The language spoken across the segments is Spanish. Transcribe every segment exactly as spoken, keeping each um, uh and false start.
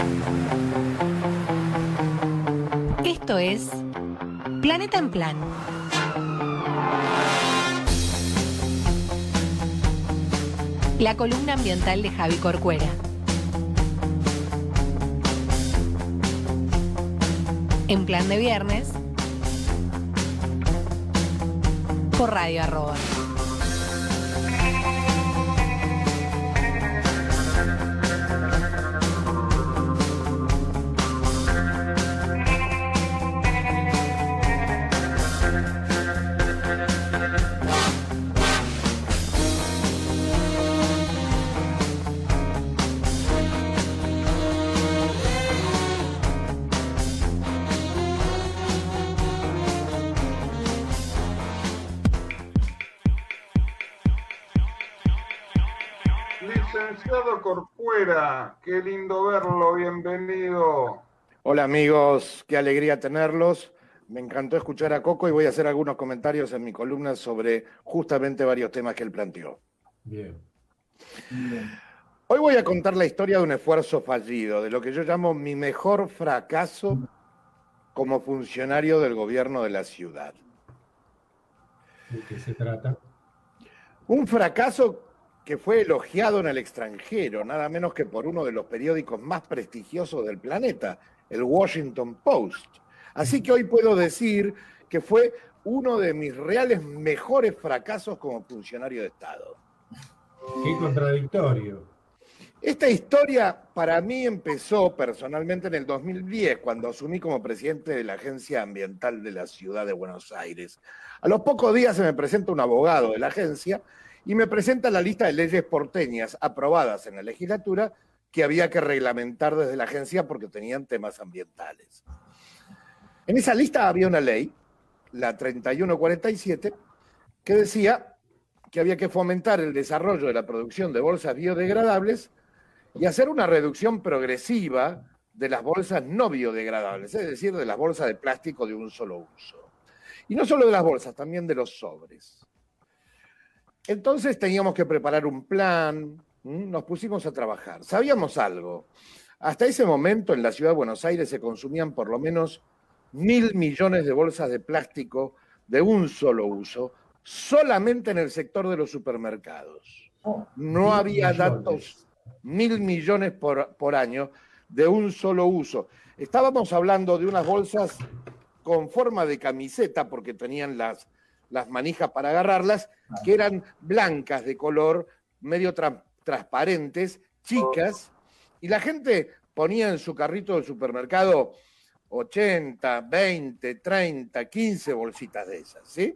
Esto es Planeta en Plan. La columna ambiental de Javi Corcuera. En Plan de Viernes, por Radio Arroba. Licenciado Corcuera, qué lindo verlo, bienvenido. Hola amigos, qué alegría tenerlos. Me encantó escuchar a Coco y voy a hacer algunos comentarios en mi columna sobre justamente varios temas que él planteó. Bien. Bien. Hoy voy a contar la historia de un esfuerzo fallido, de lo que yo llamo mi mejor fracaso como funcionario del gobierno de la ciudad. ¿De qué se trata? Un fracaso que fue elogiado en el extranjero, nada menos que por uno de los periódicos más prestigiosos del planeta, el Washington Post. Así que hoy puedo decir que fue uno de mis reales mejores fracasos como funcionario de Estado. Qué contradictorio. Esta historia para mí empezó personalmente en el dos mil diez, cuando asumí como presidente de la Agencia Ambiental de la Ciudad de Buenos Aires. A los pocos días se me presenta un abogado de la agencia y me presenta la lista de leyes porteñas aprobadas en la legislatura que había que reglamentar desde la agencia porque tenían temas ambientales. En esa lista había una ley, la treinta y uno cuarenta y siete, que decía que había que fomentar el desarrollo de la producción de bolsas biodegradables y hacer una reducción progresiva de las bolsas no biodegradables, es decir, de las bolsas de plástico de un solo uso. Y no solo de las bolsas, también de los sobres. Entonces teníamos que preparar un plan, nos pusimos a trabajar. Sabíamos algo. Hasta ese momento en la ciudad de Buenos Aires se consumían por lo menos mil millones de bolsas de plástico de un solo uso, solamente en el sector de los supermercados. No había datos, mil millones por, por año de un solo uso. Estábamos hablando de unas bolsas con forma de camiseta, porque tenían las, las manijas para agarrarlas, que eran blancas de color, medio tra transparentes, chicas, y la gente ponía en su carrito del supermercado ochenta, veinte, treinta, quince bolsitas de esas, ¿sí?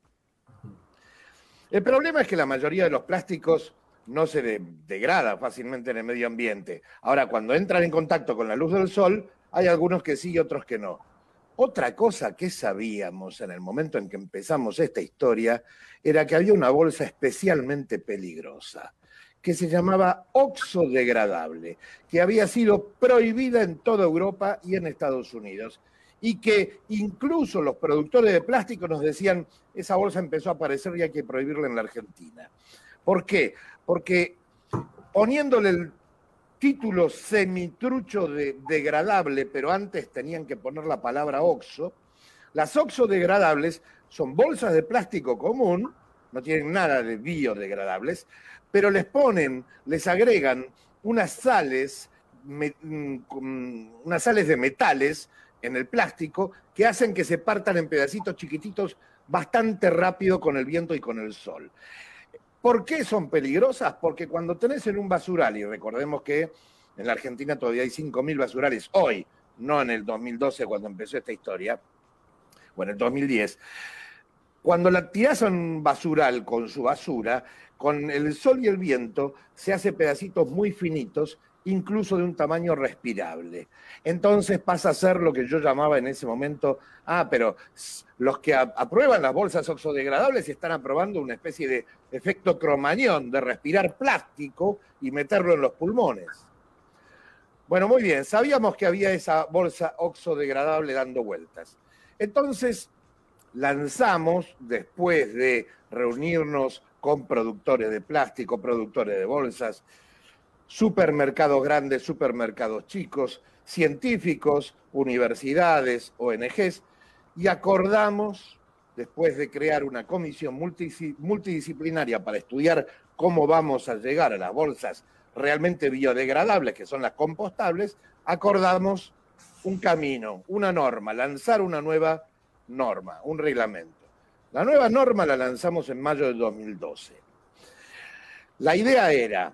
El problema es que la mayoría de los plásticos no se de degrada fácilmente en el medio ambiente. Ahora, cuando entran en contacto con la luz del sol, hay algunos que sí y otros que no. Otra cosa que sabíamos en el momento en que empezamos esta historia era que había una bolsa especialmente peligrosa, que se llamaba oxodegradable, que había sido prohibida en toda Europa y en Estados Unidos, y que incluso los productores de plástico nos decían, esa bolsa empezó a aparecer y hay que prohibirla en la Argentina. ¿Por qué? Porque poniéndole el título semitrucho de degradable, pero antes tenían que poner la palabra oxo, las oxodegradables son bolsas de plástico común, no tienen nada de biodegradables, pero les ponen, les agregan unas sales, me, unas sales de metales en el plástico que hacen que se partan en pedacitos chiquititos bastante rápido con el viento y con el sol. ¿Por qué son peligrosas? Porque cuando tenés en un basural, y recordemos que en la Argentina todavía hay cinco mil basurales hoy, no en el dos mil doce cuando empezó esta historia, o en el dos mil diez, cuando la tirás a un basural con su basura, con el sol y el viento se hace pedacitos muy finitos, incluso de un tamaño respirable. Entonces pasa a ser lo que yo llamaba en ese momento, ah, pero los que aprueban las bolsas oxodegradables están aprobando una especie de efecto cromañón, de respirar plástico y meterlo en los pulmones. Bueno, muy bien, sabíamos que había esa bolsa oxodegradable dando vueltas. Entonces lanzamos, después de reunirnos con productores de plástico, productores de bolsas, supermercados grandes, supermercados chicos, científicos, universidades, O N Ges, y acordamos, después de crear una comisión multidisciplinaria para estudiar cómo vamos a llegar a las bolsas realmente biodegradables, que son las compostables, acordamos un camino, una norma, lanzar una nueva norma, un reglamento. La nueva norma la lanzamos en mayo del dos mil doce. La idea era,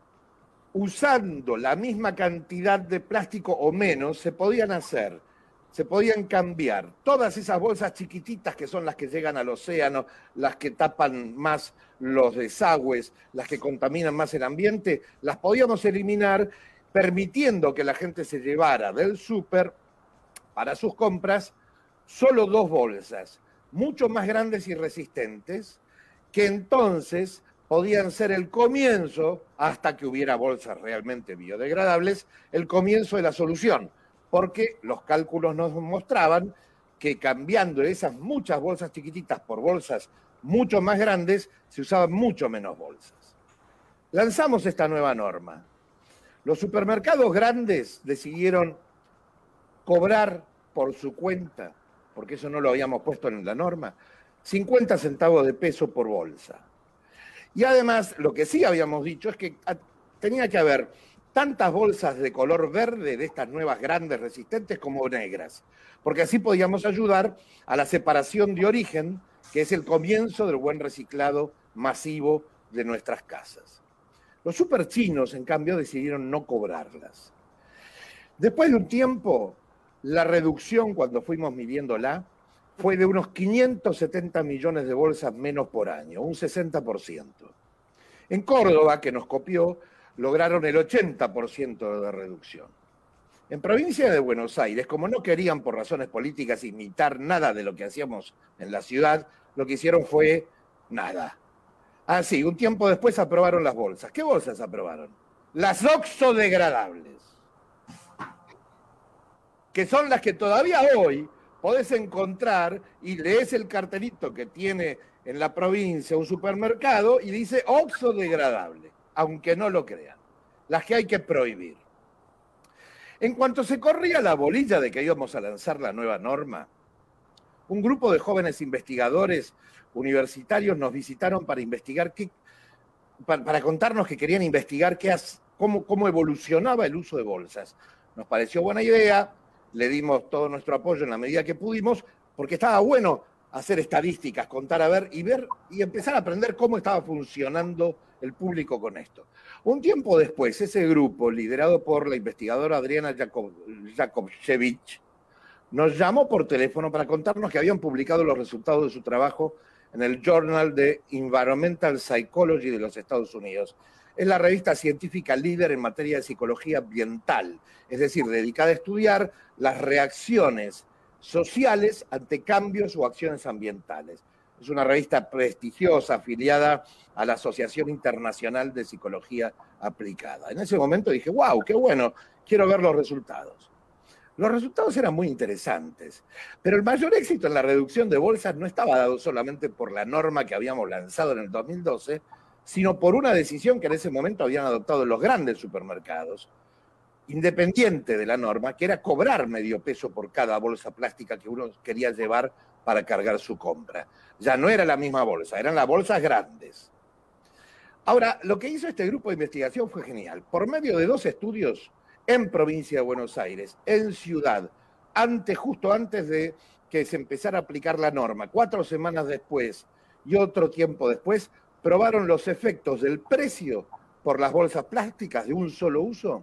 usando la misma cantidad de plástico o menos, se podían hacer, se podían cambiar todas esas bolsas chiquititas que son las que llegan al océano, las que tapan más los desagües, las que contaminan más el ambiente, las podíamos eliminar permitiendo que la gente se llevara del súper para sus compras solo dos bolsas, mucho más grandes y resistentes, que entonces podían ser el comienzo, hasta que hubiera bolsas realmente biodegradables, el comienzo de la solución, porque los cálculos nos mostraban que cambiando esas muchas bolsas chiquititas por bolsas mucho más grandes, se usaban mucho menos bolsas. Lanzamos esta nueva norma. Los supermercados grandes decidieron cobrar por su cuenta, porque eso no lo habíamos puesto en la norma, cincuenta centavos de peso por bolsa. Y además, lo que sí habíamos dicho es que tenía que haber tantas bolsas de color verde, de estas nuevas grandes resistentes, como negras, porque así podíamos ayudar a la separación de origen, que es el comienzo del buen reciclado masivo de nuestras casas. Los superchinos, en cambio, decidieron no cobrarlas. Después de un tiempo, la reducción, cuando fuimos midiéndola, fue de unos quinientos setenta millones de bolsas menos por año, un sesenta por ciento. En Córdoba, que nos copió, lograron el ochenta por ciento de reducción. En provincia de Buenos Aires, como no querían por razones políticas imitar nada de lo que hacíamos en la ciudad, lo que hicieron fue nada. Ah, sí, un tiempo después aprobaron las bolsas. ¿Qué bolsas aprobaron? Las oxodegradables, que son las que todavía hoy podés encontrar y lees el cartelito que tiene en la provincia un supermercado y dice oxodegradable, aunque no lo crean, las que hay que prohibir. En cuanto se corría la bolilla de que íbamos a lanzar la nueva norma, un grupo de jóvenes investigadores universitarios nos visitaron para investigar qué, para, para contarnos que querían investigar qué, cómo, cómo evolucionaba el uso de bolsas. Nos pareció buena idea, le dimos todo nuestro apoyo en la medida que pudimos, porque estaba bueno hacer estadísticas, contar a ver y ver y empezar a aprender cómo estaba funcionando el público con esto. Un tiempo después, ese grupo, liderado por la investigadora Adriana Jakob, Jakobchevich, nos llamó por teléfono para contarnos que habían publicado los resultados de su trabajo en el Journal de Environmental Psychology de los Estados Unidos. Es la revista científica líder en materia de psicología ambiental, es decir, dedicada a estudiar las reacciones sociales ante cambios o acciones ambientales. Es una revista prestigiosa, afiliada a la Asociación Internacional de Psicología Aplicada. En ese momento dije, wow, qué bueno, quiero ver los resultados. Los resultados eran muy interesantes, pero el mayor éxito en la reducción de bolsas no estaba dado solamente por la norma que habíamos lanzado en el dos mil doce, sino por una decisión que en ese momento habían adoptado los grandes supermercados, independiente de la norma, que era cobrar medio peso por cada bolsa plástica que uno quería llevar para cargar su compra. Ya no era la misma bolsa, eran las bolsas grandes. Ahora, lo que hizo este grupo de investigación fue genial. Por medio de dos estudios en provincia de Buenos Aires, en ciudad, antes, justo antes de que se empezara a aplicar la norma, cuatro semanas después y otro tiempo después, probaron los efectos del precio por las bolsas plásticas de un solo uso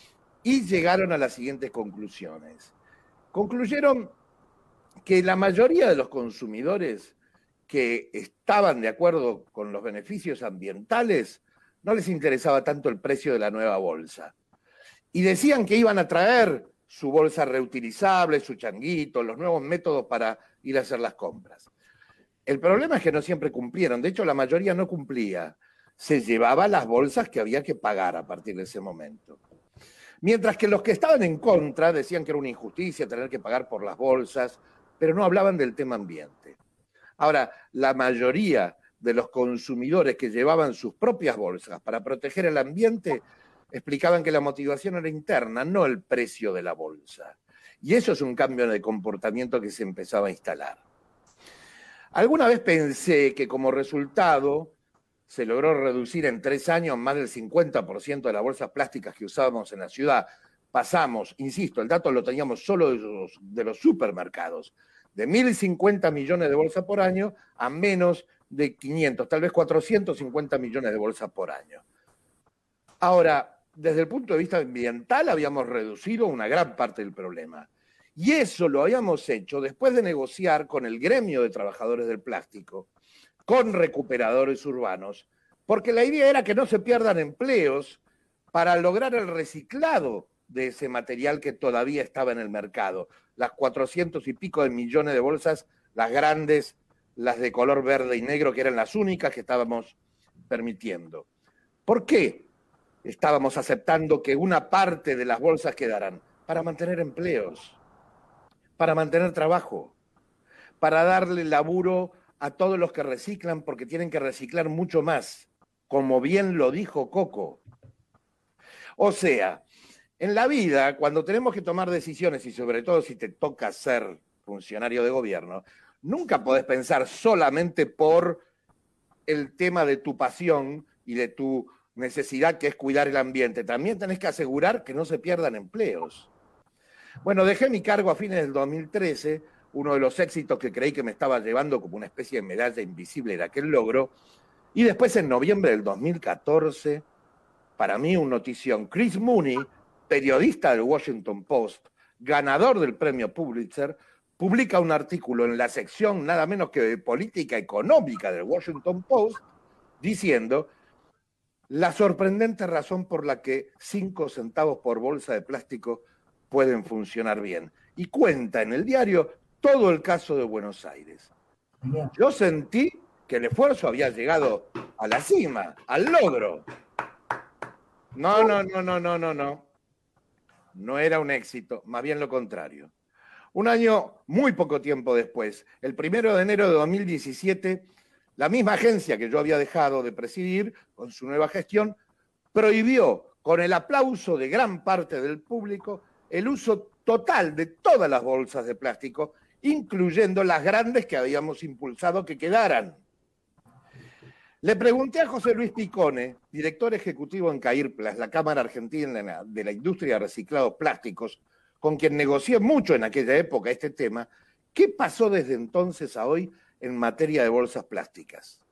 y llegaron a las siguientes conclusiones. Concluyeron que la mayoría de los consumidores que estaban de acuerdo con los beneficios ambientales no les interesaba tanto el precio de la nueva bolsa. Y decían que iban a traer su bolsa reutilizable, su changuito, los nuevos métodos para ir a hacer las compras. El problema es que no siempre cumplieron. De hecho, la mayoría no cumplía. Se llevaba las bolsas que había que pagar a partir de ese momento. Mientras que los que estaban en contra decían que era una injusticia tener que pagar por las bolsas, pero no hablaban del tema ambiente. Ahora, la mayoría de los consumidores que llevaban sus propias bolsas para proteger el ambiente explicaban que la motivación era interna, no el precio de la bolsa. Y eso es un cambio de comportamiento que se empezaba a instalar. Alguna vez pensé que como resultado se logró reducir en tres años más del cincuenta por ciento de las bolsas plásticas que usábamos en la ciudad. Pasamos, insisto, el dato lo teníamos solo de los, de los supermercados, de mil cincuenta millones de bolsas por año a menos de quinientos, tal vez cuatrocientos cincuenta millones de bolsas por año. Ahora, desde el punto de vista ambiental habíamos reducido una gran parte del problema. Y eso lo habíamos hecho después de negociar con el gremio de trabajadores del plástico, con recuperadores urbanos, porque la idea era que no se pierdan empleos para lograr el reciclado de ese material que todavía estaba en el mercado. Las cuatrocientos y pico de millones de bolsas, las grandes, las de color verde y negro, que eran las únicas que estábamos permitiendo. ¿Por qué estábamos aceptando que una parte de las bolsas quedaran? Para mantener empleos, para mantener trabajo, para darle laburo a todos los que reciclan, porque tienen que reciclar mucho más, como bien lo dijo Coco. O sea, en la vida, cuando tenemos que tomar decisiones, y sobre todo si te toca ser funcionario de gobierno, nunca podés pensar solamente por el tema de tu pasión y de tu necesidad, que es cuidar el ambiente. También tenés que asegurar que no se pierdan empleos. Bueno, dejé mi cargo a fines del dos mil trece, uno de los éxitos que creí que me estaba llevando como una especie de medalla invisible era aquel logro, y después en noviembre del dos mil catorce, para mí un notición, Chris Mooney, periodista del Washington Post, ganador del premio Pulitzer, publica un artículo en la sección nada menos que de política económica del Washington Post, diciendo la sorprendente razón por la que cinco centavos por bolsa de plástico pueden funcionar bien. Y cuenta en el diario todo el caso de Buenos Aires. Yo sentí que el esfuerzo había llegado a la cima, al logro. No, no, no, no, no, no, no. No era un éxito, más bien lo contrario. Un año, muy poco tiempo después, el primero de enero de dos mil diecisiete, la misma agencia que yo había dejado de presidir, con su nueva gestión, prohibió, con el aplauso de gran parte del público, el uso total de todas las bolsas de plástico, incluyendo las grandes que habíamos impulsado que quedaran. Le pregunté a José Luis Picone, director ejecutivo en CAIRPLAS, la Cámara Argentina de la Industria de Reciclados Plásticos, con quien negocié mucho en aquella época este tema, ¿qué pasó desde entonces a hoy en materia de bolsas plásticas?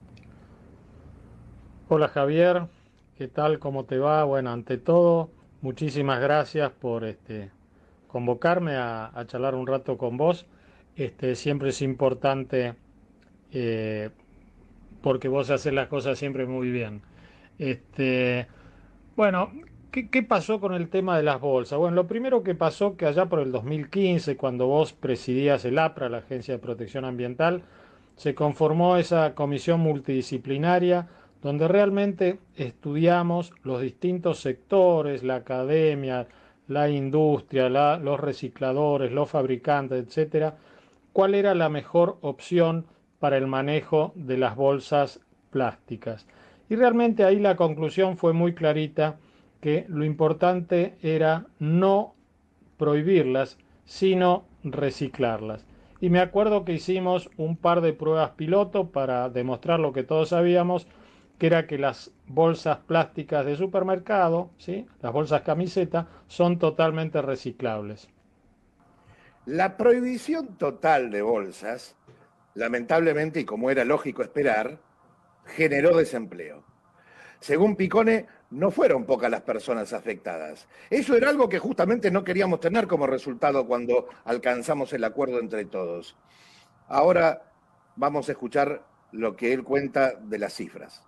Hola Javier, ¿qué tal? ¿Cómo te va? Bueno, ante todo, muchísimas gracias por este, convocarme a, a charlar un rato con vos. Este, siempre es importante, eh, porque vos haces las cosas siempre muy bien. Este, bueno, ¿qué, ¿qué pasó con el tema de las bolsas? Bueno, lo primero que pasó que allá por el dos mil quince, cuando vos presidías el APRA, la Agencia de Protección Ambiental, se conformó esa comisión multidisciplinaria donde realmente estudiamos los distintos sectores, la academia, la industria, la, los recicladores, los fabricantes, etcétera, cuál era la mejor opción para el manejo de las bolsas plásticas. Y realmente ahí la conclusión fue muy clarita, que lo importante era no prohibirlas, sino reciclarlas. Y me acuerdo que hicimos un par de pruebas piloto para demostrar lo que todos sabíamos, que era que las bolsas plásticas de supermercado, ¿sí?, las bolsas camiseta, son totalmente reciclables. La prohibición total de bolsas, lamentablemente, y como era lógico esperar, generó desempleo. Según Picone, no fueron pocas las personas afectadas. Eso era algo que justamente no queríamos tener como resultado cuando alcanzamos el acuerdo entre todos. Ahora vamos a escuchar lo que él cuenta de las cifras.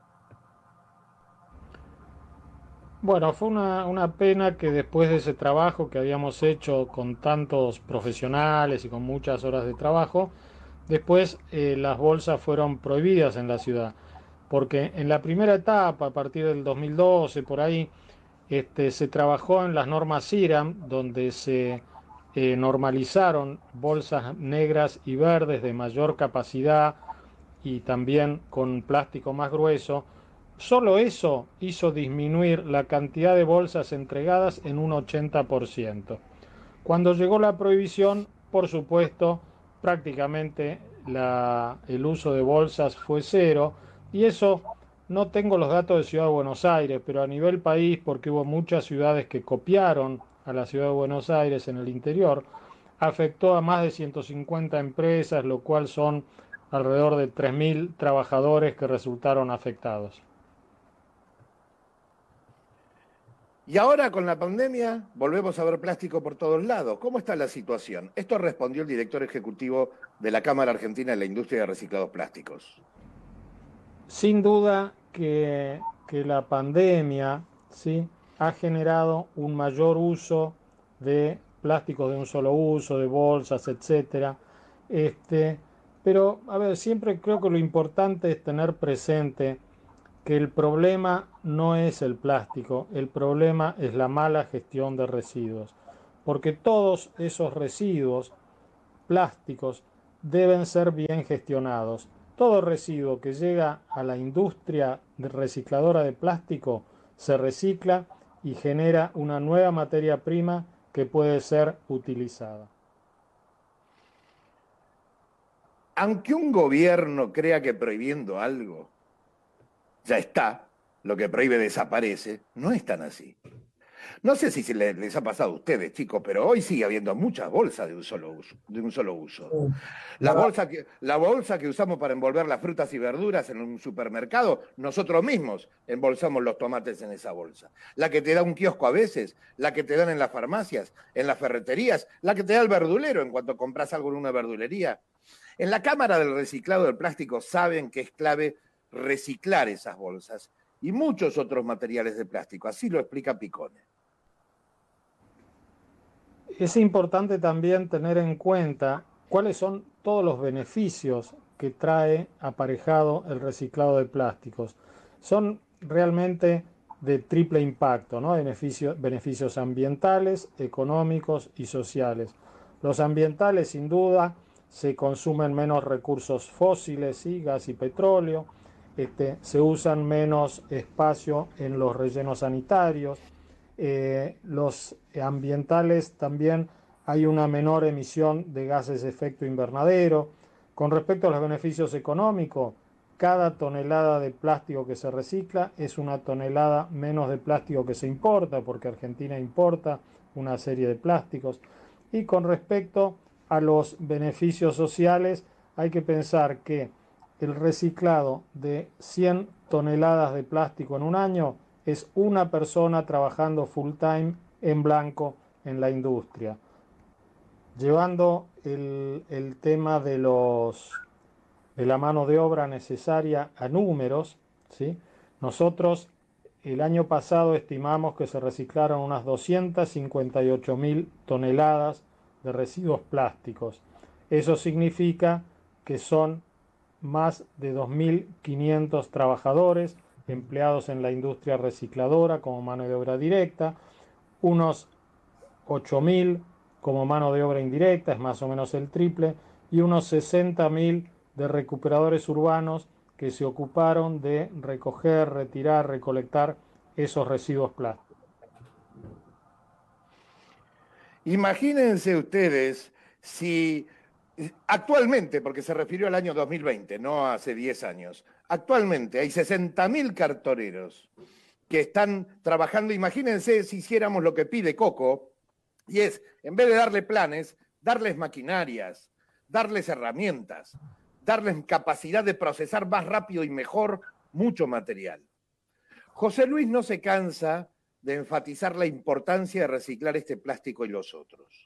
Bueno, fue una, una pena que después de ese trabajo que habíamos hecho con tantos profesionales y con muchas horas de trabajo, después eh, las bolsas fueron prohibidas en la ciudad. Porque en la primera etapa, a partir del dos mil doce, por ahí, este, se trabajó en las normas I R A M, donde se eh, normalizaron bolsas negras y verdes de mayor capacidad y también con plástico más grueso, Solo eso hizo disminuir la cantidad de bolsas entregadas en un ochenta por ciento. Cuando llegó la prohibición, por supuesto, prácticamente la, el uso de bolsas fue cero, y eso no tengo los datos de Ciudad de Buenos Aires, pero a nivel país, porque hubo muchas ciudades que copiaron a la Ciudad de Buenos Aires en el interior, afectó a más de ciento cincuenta empresas, lo cual son alrededor de tres mil trabajadores que resultaron afectados. Y ahora con la pandemia volvemos a ver plástico por todos lados. ¿Cómo está la situación? Esto respondió el director ejecutivo de la Cámara Argentina de la Industria de Reciclados Plásticos. Sin duda que, que la pandemia, ¿sí?, ha generado un mayor uso de plásticos de un solo uso, de bolsas, etcétera. Este, pero, a ver, siempre creo que lo importante es tener presente que el problema no es el plástico, el problema es la mala gestión de residuos, porque todos esos residuos plásticos deben ser bien gestionados. Todo residuo que llega a la industria recicladora de plástico se recicla y genera una nueva materia prima que puede ser utilizada. Aunque un gobierno crea que prohibiendo algo ya está, lo que prohíbe desaparece, no es tan así. No sé si les, les ha pasado a ustedes, chicos, pero hoy sigue habiendo muchas bolsas de un solo uso. De un solo uso. La, bolsa que, la bolsa que usamos para envolver las frutas y verduras en un supermercado, nosotros mismos embolsamos los tomates en esa bolsa. La que te da un kiosco a veces, la que te dan en las farmacias, en las ferreterías, la que te da el verdulero en cuanto compras algo en una verdulería. En la Cámara del Reciclado del Plástico saben que es clave reciclar esas bolsas y muchos otros materiales de plástico. Así lo explica Picone. Es importante también tener en cuenta cuáles son todos los beneficios que trae aparejado el reciclado de plásticos. Son realmente de triple impacto, ¿no? Beneficios, beneficios ambientales, económicos y sociales. Los ambientales, sin duda, se consumen menos recursos fósiles, ¿sí?, gas y petróleo. Este, se usan menos espacio en los rellenos sanitarios. Eh, los ambientales también hay una menor emisión de gases de efecto invernadero. Con respecto a los beneficios económicos, cada tonelada de plástico que se recicla es una tonelada menos de plástico que se importa, porque Argentina importa una serie de plásticos. Y con respecto a los beneficios sociales, hay que pensar que el reciclado de cien toneladas de plástico en un año es una persona trabajando full time en blanco en la industria. Llevando el, el tema de, los, de la mano de obra necesaria a números, ¿sí?, nosotros el año pasado estimamos que se reciclaron unas doscientas cincuenta y ocho mil toneladas de residuos plásticos. Eso significa que son más de dos mil quinientos trabajadores empleados en la industria recicladora como mano de obra directa, unos ocho mil como mano de obra indirecta, es más o menos el triple, y unos sesenta mil de recuperadores urbanos que se ocuparon de recoger, retirar, recolectar esos residuos plásticos. Imagínense ustedes si actualmente, porque se refirió al año dos mil veinte, no hace diez años, actualmente hay sesenta mil cartoneros que están trabajando. Imagínense si hiciéramos lo que pide Coco, y es, en vez de darle planes, darles maquinarias, darles herramientas, darles capacidad de procesar más rápido y mejor mucho material. José Luis no se cansa de enfatizar la importancia de reciclar este plástico y los otros.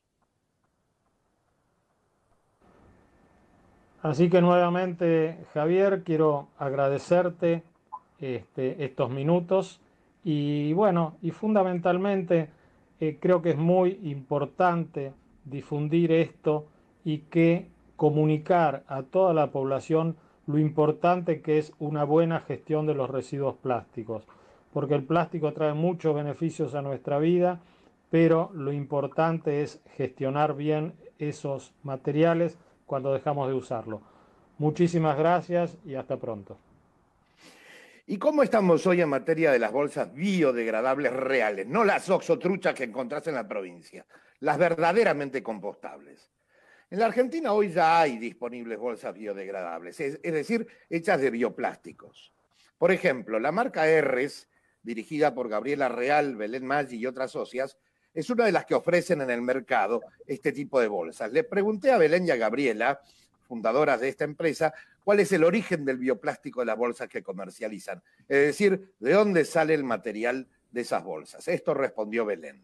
Así que nuevamente, Javier, quiero agradecerte este, estos minutos y bueno, y fundamentalmente eh, creo que es muy importante difundir esto y que comunicar a toda la población lo importante que es una buena gestión de los residuos plásticos, porque el plástico trae muchos beneficios a nuestra vida, pero lo importante es gestionar bien esos materiales cuando dejamos de usarlo. Muchísimas gracias y hasta pronto. ¿Y cómo estamos hoy en materia de las bolsas biodegradables reales? No las oxotruchas que encontrás en la provincia, las verdaderamente compostables. En la Argentina hoy ya hay disponibles bolsas biodegradables, es, es decir, hechas de bioplásticos. Por ejemplo, la marca Erres, dirigida por Gabriela Real, Belén Maggi y otras socias, es una de las que ofrecen en el mercado este tipo de bolsas. Le pregunté a Belén y a Gabriela, fundadoras de esta empresa, cuál es el origen del bioplástico de las bolsas que comercializan. Es decir, de dónde sale el material de esas bolsas. Esto respondió Belén.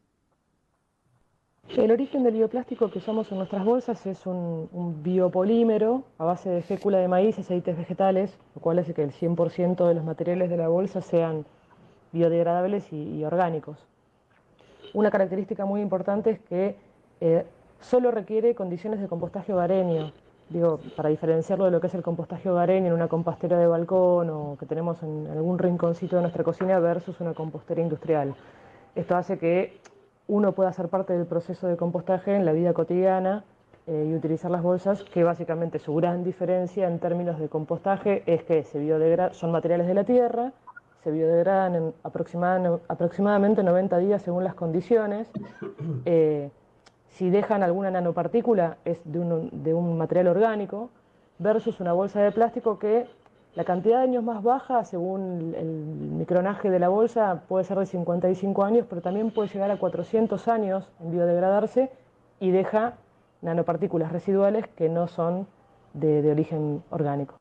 El origen del bioplástico que usamos en nuestras bolsas es un, un biopolímero a base de fécula de maíz y aceites vegetales, lo cual hace que el cien por ciento de los materiales de la bolsa sean biodegradables y, y orgánicos. Una característica muy importante es que eh, solo requiere condiciones de compostaje hogareño. Digo, para diferenciarlo de lo que es el compostaje hogareño en una compostera de balcón o que tenemos en algún rinconcito de nuestra cocina versus una compostera industrial. Esto hace que uno pueda ser parte del proceso de compostaje en la vida cotidiana eh, y utilizar las bolsas, que básicamente su gran diferencia en términos de compostaje es que se biodegradan, son materiales de la tierra, se biodegradan en aproximadamente noventa días según las condiciones. Eh, si dejan alguna nanopartícula es de un, de un material orgánico, versus una bolsa de plástico que la cantidad de años más baja, según el micronaje de la bolsa, puede ser de cincuenta y cinco años, pero también puede llegar a cuatrocientos años en biodegradarse y deja nanopartículas residuales que no son de, de origen orgánico.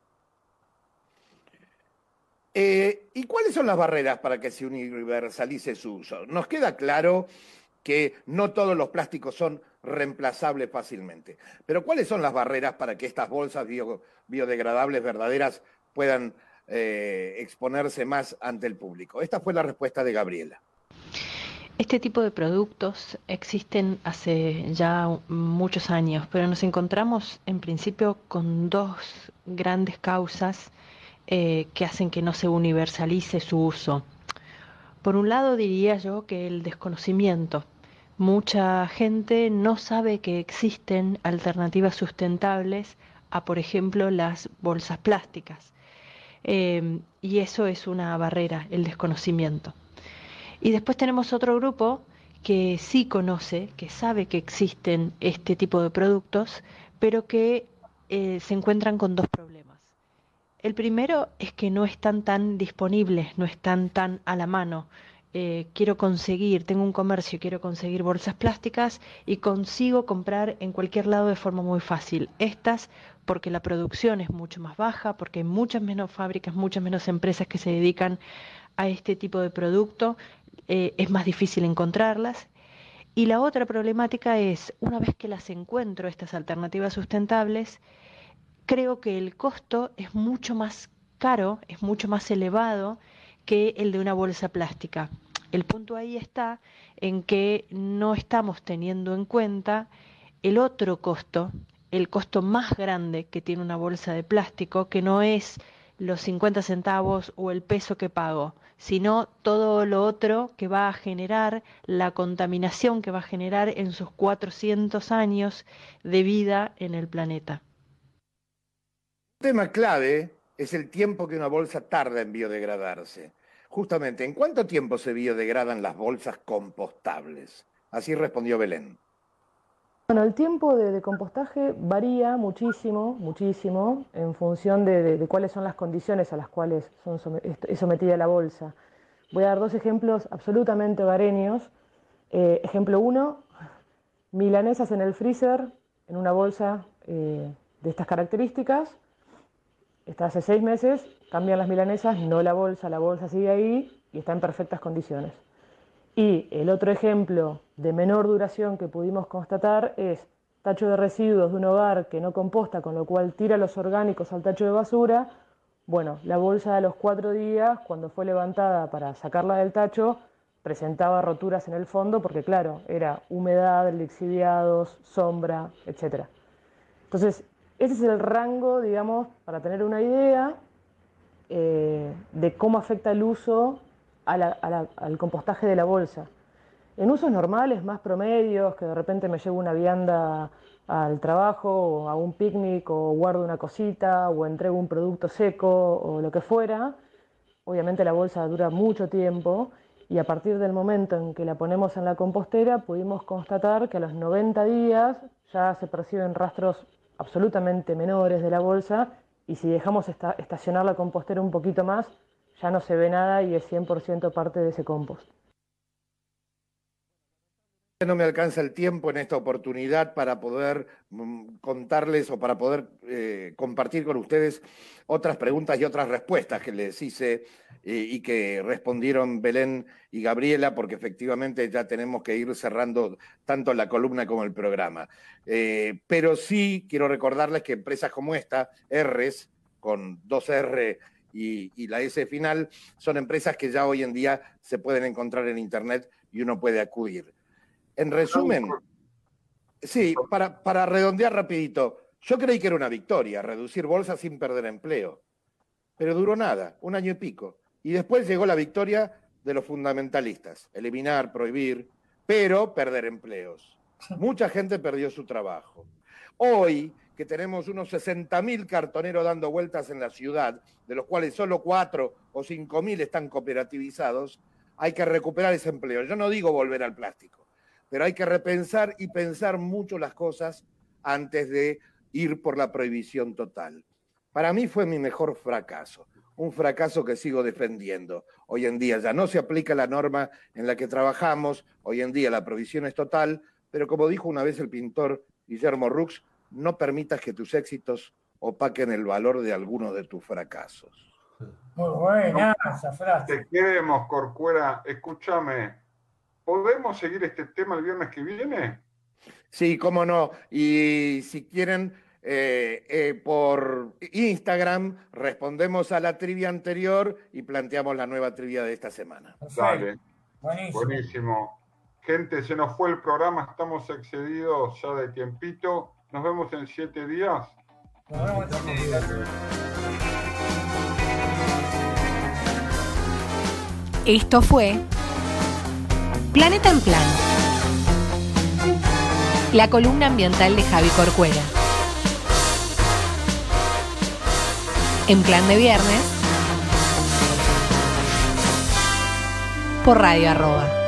Eh, ¿Y cuáles son las barreras para que se universalice su uso? Nos queda claro que no todos los plásticos son reemplazables fácilmente, pero ¿cuáles son las barreras para que estas bolsas bio, biodegradables verdaderas puedan eh, exponerse más ante el público? Esta fue la respuesta de Gabriela. Este tipo de productos existen hace ya muchos años, pero nos encontramos en principio con dos grandes causas eh, que hacen que no se universalice su uso. Por un lado diría yo que el desconocimiento. Mucha gente no sabe que existen alternativas sustentables a, por ejemplo, las bolsas plásticas. Eh, y eso es una barrera, el desconocimiento. Y después tenemos otro grupo que sí conoce, que sabe que existen este tipo de productos, pero que eh, se encuentran con dos problemas. El primero es que no están tan disponibles, no están tan a la mano. Eh, quiero conseguir, tengo un comercio, quiero conseguir bolsas plásticas y consigo comprar en cualquier lado de forma muy fácil. Estas porque la producción es mucho más baja, porque hay muchas menos fábricas, muchas menos empresas que se dedican a este tipo de producto, eh, es más difícil encontrarlas. Y la otra problemática es, una vez que las encuentro, estas alternativas sustentables, creo que el costo es mucho más caro, es mucho más elevado que el de una bolsa plástica. El punto ahí está en que no estamos teniendo en cuenta el otro costo, el costo más grande que tiene una bolsa de plástico, que no es los cincuenta centavos o el peso que pago, sino todo lo otro que va a generar, la contaminación que va a generar en sus cuatrocientos años de vida en el planeta. Un tema clave es el tiempo que una bolsa tarda en biodegradarse. Justamente, ¿en cuánto tiempo se biodegradan las bolsas compostables? Así respondió Belén. Bueno, el tiempo de, de compostaje varía muchísimo, muchísimo, en función de, de, de cuáles son las condiciones a las cuales son somet- es sometida la bolsa. Voy a dar dos ejemplos absolutamente hogareños. Eh, ejemplo uno, milanesas en el freezer, en una bolsa eh, de estas características. Está hace seis meses, cambian las milanesas, no la bolsa, la bolsa sigue ahí y está en perfectas condiciones. Y el otro ejemplo de menor duración que pudimos constatar es tacho de residuos de un hogar que no composta, con lo cual tira los orgánicos al tacho de basura. Bueno, la bolsa a los cuatro días, cuando fue levantada para sacarla del tacho, presentaba roturas en el fondo porque, claro, era humedad, lixiviados, sombra, etcétera. Entonces, ese es el rango, digamos, para tener una idea eh, de cómo afecta el uso a la, a la, al compostaje de la bolsa. En usos normales, más promedios, que de repente me llevo una vianda al trabajo, o a un picnic, o guardo una cosita, o entrego un producto seco, o lo que fuera, obviamente la bolsa dura mucho tiempo y a partir del momento en que la ponemos en la compostera pudimos constatar que a los noventa días ya se perciben rastros absolutamente menores de la bolsa y si dejamos esta, estacionar la compostera un poquito más ya no se ve nada y es cien por ciento parte de ese compost. No me alcanza el tiempo en esta oportunidad para poder mm, contarles o para poder eh, compartir con ustedes otras preguntas y otras respuestas que les hice eh, y que respondieron Belén y Gabriela, porque efectivamente ya tenemos que ir cerrando tanto la columna como el programa. Eh, pero sí quiero recordarles que empresas como esta, R's, con dos R y, y la S final, son empresas que ya hoy en día se pueden encontrar en Internet y uno puede acudir. En resumen, sí, para, para redondear rapidito, yo creí que era una victoria, reducir bolsa sin perder empleo, pero duró nada, un año y pico. Y después llegó la victoria de los fundamentalistas, eliminar, prohibir, pero perder empleos. Mucha gente perdió su trabajo. Hoy, que tenemos unos sesenta mil cartoneros dando vueltas en la ciudad, de los cuales solo cuatro o cinco mil están cooperativizados, hay que recuperar ese empleo. Yo no digo volver al plástico, pero hay que repensar y pensar mucho las cosas antes de ir por la prohibición total. Para mí fue mi mejor fracaso, un fracaso que sigo defendiendo. Hoy en día ya no se aplica la norma en la que trabajamos, hoy en día la prohibición es total, pero como dijo una vez el pintor Guillermo Rux, no permitas que tus éxitos opaquen el valor de alguno de tus fracasos. Muy buena esa frase. Te queremos, Corcuera. Escúchame, ¿podemos seguir este tema el viernes que viene? Sí, cómo no. Y si quieren, eh, eh, por Instagram respondemos a la trivia anterior y planteamos la nueva trivia de esta semana. Perfecto. Dale. Buenísimo. Buenísimo. Gente, se nos fue el programa, estamos excedidos ya de tiempito. Nos vemos en siete días. Nos vemos en siete días. Esto fue Planeta en Plan, la columna ambiental de Javi Corcuera. En Plan de Viernes, por Radio Arroba.